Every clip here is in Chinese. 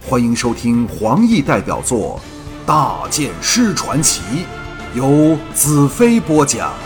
欢迎收听黄奕代表作《大剑师传奇》，由子飞播讲。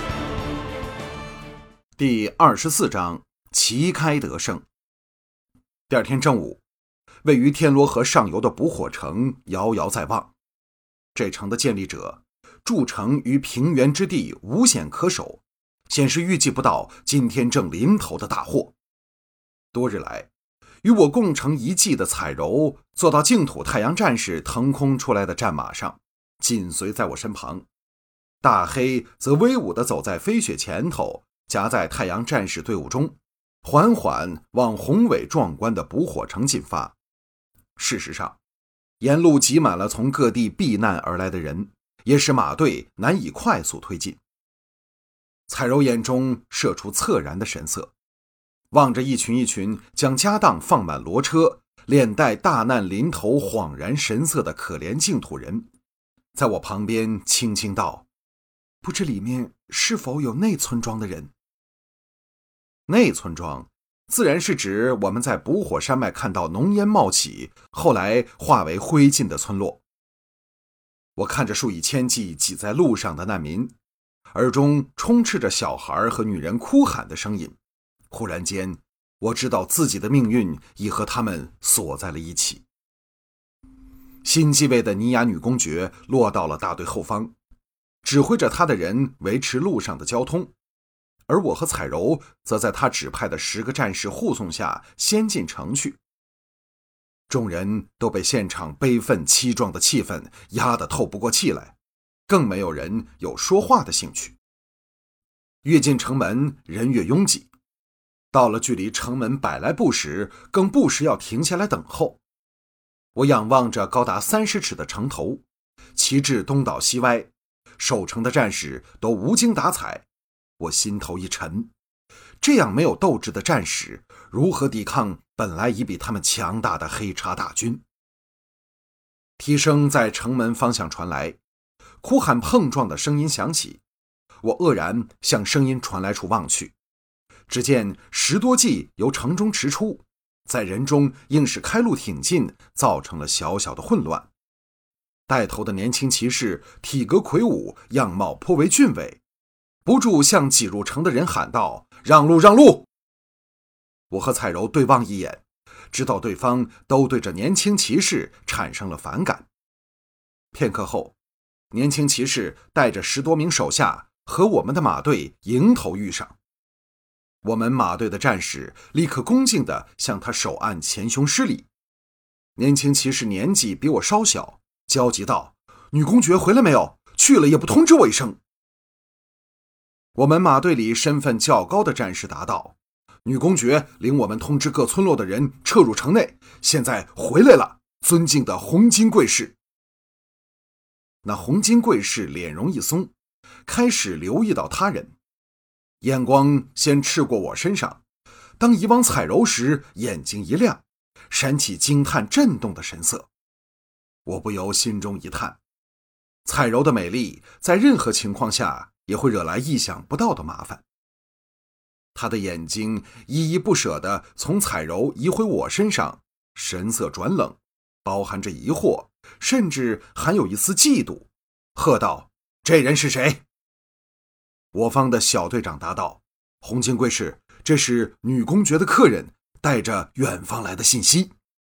第24章，旗开得胜。第二天正午，位于天罗河上游的捕火城遥遥在望。这城的建立者筑城于平原之地，无险可守，显示预计不到今天正临头的大祸。多日来，与我共乘一骑的彩柔坐到净土太阳战士腾空出来的战马上，紧随在我身旁。大黑则威武地走在飞雪前头，夹在太阳战士队伍中，缓缓往宏伟壮观的捕火城进发。事实上，沿路挤满了从各地避难而来的人，也使马队难以快速推进。彩柔眼中射出恻然的神色，望着一群一群将家当放满骡车，脸带大难临头恍然神色的可怜净土人，在我旁边轻轻道：“不知里面是否有内村庄的人？”内村庄自然是指我们在捕火山脉看到浓烟冒起，后来化为灰烬的村落。我看着数以千计挤在路上的难民，耳中充斥着小孩和女人哭喊的声音。忽然间，我知道自己的命运已和他们锁在了一起。新继位的尼雅女公爵落到了大队后方，指挥着他的人维持路上的交通，而我和彩柔则在他指派的10个战士护送下先进城去。众人都被现场悲愤凄壮的气氛压得透不过气来，更没有人有说话的兴趣。越进城门，人越拥挤，到了距离城门100来步时，更不时要停下来等候。我仰望着高达30尺的城头，旗帜东倒西歪，守城的战士都无精打采，我心头一沉。这样没有斗志的战士，如何抵抗本来已比他们强大的黑叉大军？蹄声在城门方向传来，哭喊碰撞的声音响起，我愕然向声音传来处望去，只见10多骑由城中驰出，在人中硬是开路挺进，造成了小小的混乱。带头的年轻骑士体格魁梧，样貌颇为俊伟，不住向挤入城的人喊道：“让路，让路！”我和彩柔对望一眼，知道对方都对着年轻骑士产生了反感。片刻后，年轻骑士带着10多名手下和我们的马队迎头遇上。我们马队的战士立刻恭敬地向他手按前胸施礼。年轻骑士年纪比我稍小，焦急道：“女公爵回来没有？去了也不通知我一声。”我们马队里身份较高的战士答道：“女公爵领我们通知各村落的人撤入城内，现在回来了，尊敬的红巾贵士。”那红巾贵士脸容一松，开始留意到他人，眼光先赤过我身上，当移往彩柔时，眼睛一亮，闪起惊叹震动的神色。我不由心中一叹，彩柔的美丽在任何情况下也会惹来意想不到的麻烦。他的眼睛依依不舍地从彩柔移回我身上，神色转冷，包含着疑惑，甚至还有一丝嫉妒，喝道：“这人是谁？”我方的小队长答道：“红巾贵士，这是女公爵的客人，带着远方来的信息。”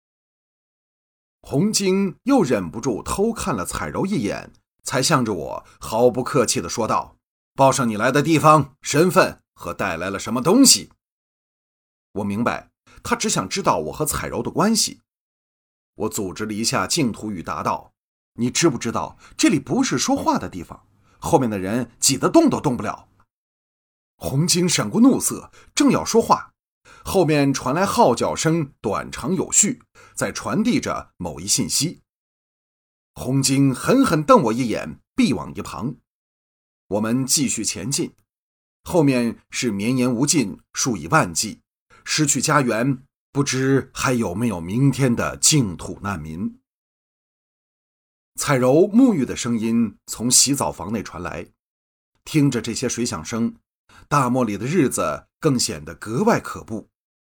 红巾又忍不住偷看了彩柔一眼，才向着我毫不客气地说道：“报上你来的地方、身份和带来了什么东西。”我明白，他只想知道我和彩柔的关系。我组织了一下净土语答道：“你知不知道，这里不是说话的地方，后面的人挤得动都动不了。”红巾闪过怒色，正要说话，后面传来号角声，短长有序，在传递着某一信息。红巾狠狠瞪我一眼，避往一旁。我们继续前进，后面是绵延无尽，数以万计，失去家园，不知还有没有明天的净土难民。彩柔沐浴的声音从洗澡房内传来，听着这些水响声，大漠里的日子更显得格外可怖。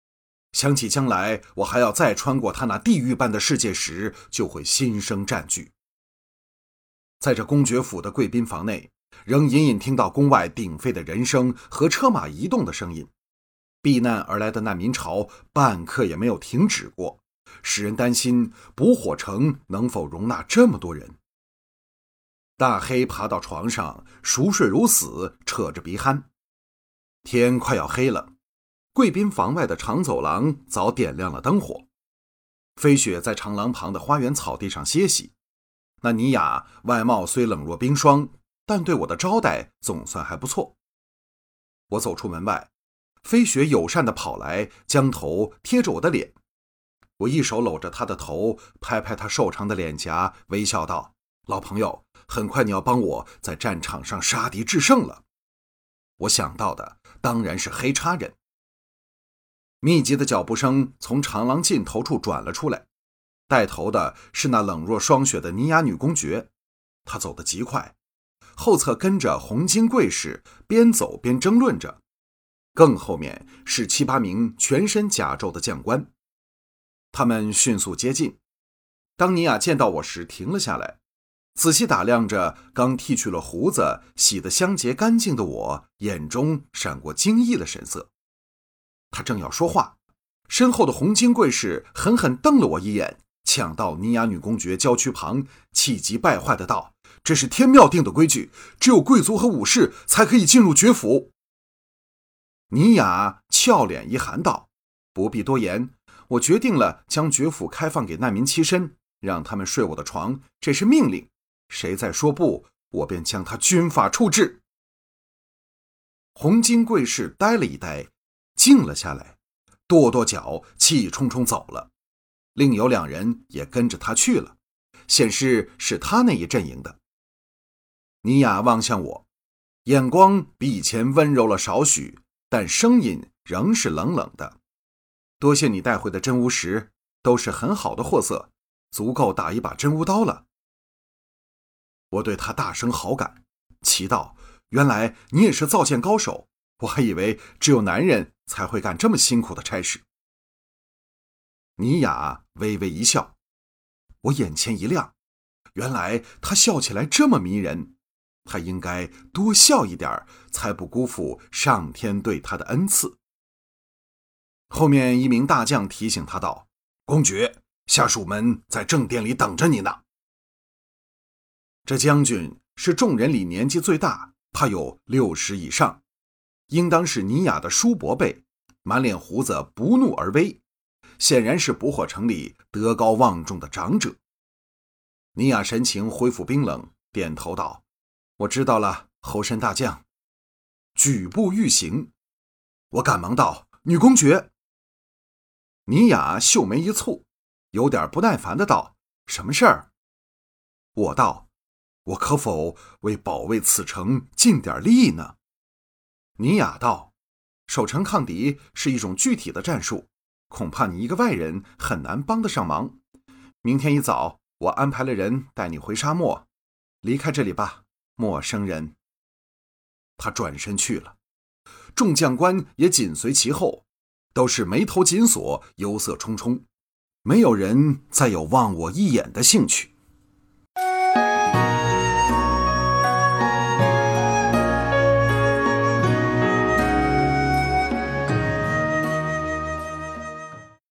想起将来我还要再穿过他那地狱般的世界时，就会心生战惧。在这公爵府的贵宾房内，仍隐隐听到宫外鼎沸的人声和车马移动的声音。避难而来的难民潮半刻也没有停止过，使人担心捕火城能否容纳这么多人。大黑爬到床上，熟睡如死，扯着鼻鼾。天快要黑了，贵宾房外的长走廊早点亮了灯火。飞雪在长廊旁的花园草地上歇息。那尼雅外貌虽冷若冰霜，但对我的招待总算还不错。我走出门外，飞雪友善地跑来，将头贴着我的脸。我一手搂着她的头，拍拍她瘦长的脸颊，微笑道：老朋友，很快你要帮我在战场上杀敌制胜了。我想到的当然是黑叉人。密集的脚步声从长廊尽头处转了出来，带头的是那冷若霜雪的尼雅女公爵。她走得极快，后侧跟着红金贵士，边走边争论着。更后面是7、8名全身甲胄的将官。他们迅速接近。当尼雅见到我时停了下来，仔细打量着刚剃去了胡子、洗得香洁干净的我，眼中闪过惊异的神色。他正要说话，身后的红金贵士狠狠瞪了我一眼，抢到尼雅女公爵娇躯旁，气急败坏的道：这是天庙定的规矩，只有贵族和武士才可以进入爵府。尼雅俏脸一寒道：不必多言，我决定了将爵府开放给难民栖身，让他们睡我的床，这是命令。谁再说不，我便将他军法处置。红金贵士呆了一呆，静了下来，跺跺脚，气冲冲走了。另有2人也跟着他去了，显示是他那一阵营的。尼雅望向我，眼光比以前温柔了少许，但声音仍是冷冷的。多谢你带回的真巫石，都是很好的货色，足够打一把真巫刀了。我对他大生好感，奇道：原来你也是造剑高手，我还以为只有男人才会干这么辛苦的差事。尼雅微微一笑，我眼前一亮，原来他笑起来这么迷人，他应该多笑一点，才不辜负上天对他的恩赐。后面一名大将提醒他道：公爵，下属们在正殿里等着你呢。这将军是众人里年纪最大，他有60以上，应当是尼雅的叔伯辈，满脸胡子，不怒而威，显然是捕火城里德高望重的长者。尼雅神情恢复冰冷，点头道：我知道了，侯申大将。举步欲行，我赶忙道：女公爵。尼雅秀眉一蹙，有点不耐烦的道：什么事儿？我道：我可否为保卫此城尽点力呢？尼雅道：守城抗敌是一种具体的战术，恐怕你一个外人很难帮得上忙。明天一早，我安排了人带你回沙漠，离开这里吧，陌生人。他转身去了，众将官也紧随其后，都是眉头紧锁，忧色冲冲，没有人再有望我一眼的兴趣。